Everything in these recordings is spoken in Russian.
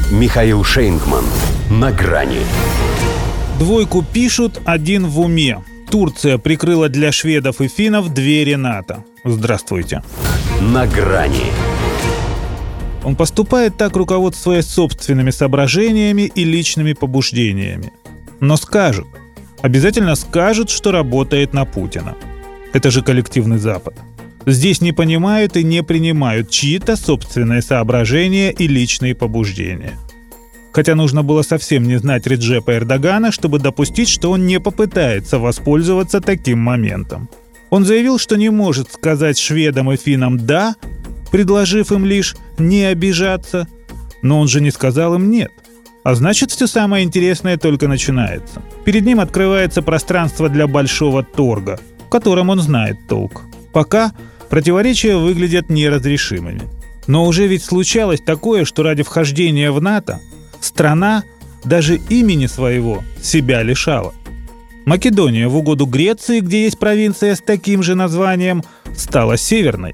Михаил Шейнгман. На грани. Двойку пишут, один в уме. Турция прикрыла для шведов и финнов двери НАТО. Здравствуйте. На грани. Он поступает так, руководствуясь собственными соображениями и личными побуждениями. Но скажут, обязательно скажут, что работает на Путина. Это же коллективный Запад. Здесь не понимают и не принимают чьи-то собственные соображения и личные побуждения. Хотя нужно было совсем не знать Реджепа Эрдогана, чтобы допустить, что он не попытается воспользоваться таким моментом. Он заявил, что не может сказать шведам и финнам «да», предложив им лишь не обижаться, но он же не сказал им «нет». А значит, все самое интересное только начинается. Перед ним открывается пространство для большого торга, в котором он знает толк. Пока противоречия выглядят неразрешимыми. Но уже ведь случалось такое, что ради вхождения в НАТО страна даже имени своего себя лишала. Македония в угоду Греции, где есть провинция с таким же названием, стала северной.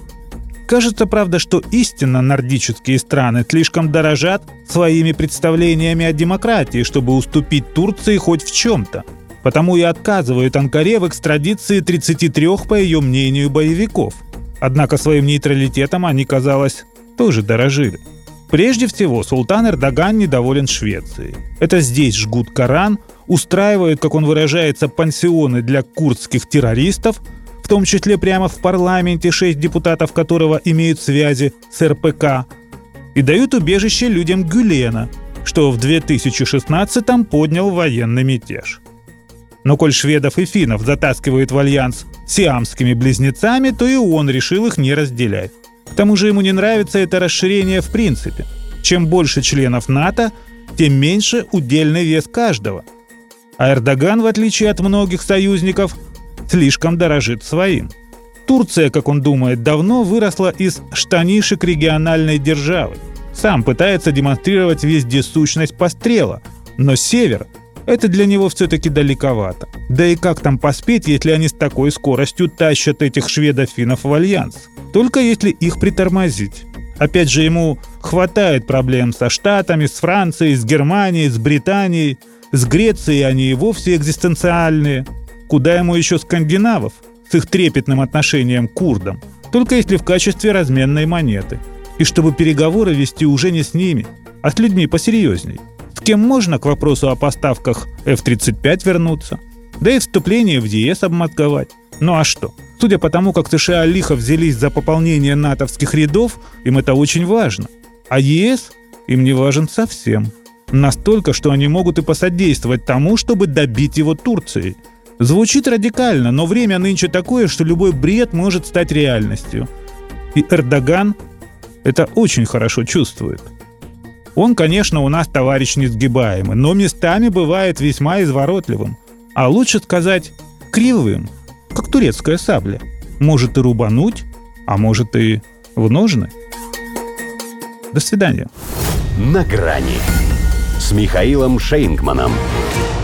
Кажется, правда, что истинно нордические страны слишком дорожат своими представлениями о демократии, чтобы уступить Турции хоть в чем-то. Потому и отказывают Анкаре в экстрадиции 33, по ее мнению, боевиков. Однако своим нейтралитетом они, казалось, тоже дорожили. Прежде всего, султан Эрдоган недоволен Швецией. Это здесь жгут Коран, устраивают, как он выражается, пансионы для курдских террористов, в том числе прямо в парламенте, 6 депутатов которого имеют связи с РПК, и дают убежище людям Гюлена, что в 2016-м поднял военный мятеж. Но коль шведов и финнов затаскивают в альянс сиамскими близнецами, то и он решил их не разделять. К тому же ему не нравится это расширение в принципе. Чем больше членов НАТО, тем меньше удельный вес каждого. А Эрдоган, в отличие от многих союзников, слишком дорожит своим. Турция, как он думает, давно выросла из штанишек региональной державы. Сам пытается демонстрировать вездесущность пострела, но север – это для него все-таки далековато. Да и как там поспеть, если они с такой скоростью тащат этих шведов-финнов в альянс? Только если их притормозить. Опять же, ему хватает проблем со Штатами, с Францией, с Германией, с Британией. С Грецией они и вовсе экзистенциальные. Куда ему еще скандинавов с их трепетным отношением к курдам? Только если в качестве разменной монеты. И чтобы переговоры вести уже не с ними, а с людьми посерьезней. С кем можно к вопросу о поставках F-35 вернуться? Да и вступление в ЕС обмозговать. Ну а что? Судя по тому, как США лихо взялись за пополнение натовских рядов, им это очень важно. А ЕС им не важен совсем. Настолько, что они могут и посодействовать тому, чтобы добить его Турцией. Звучит радикально, но время нынче такое, что любой бред может стать реальностью. И Эрдоган это очень хорошо чувствует. Он, конечно, у нас товарищ несгибаемый, но местами бывает весьма изворотливым. А лучше сказать кривым, как турецкая сабля. Может и рубануть, а может и в ножны. До свидания. На грани с Михаилом Шейнгманом.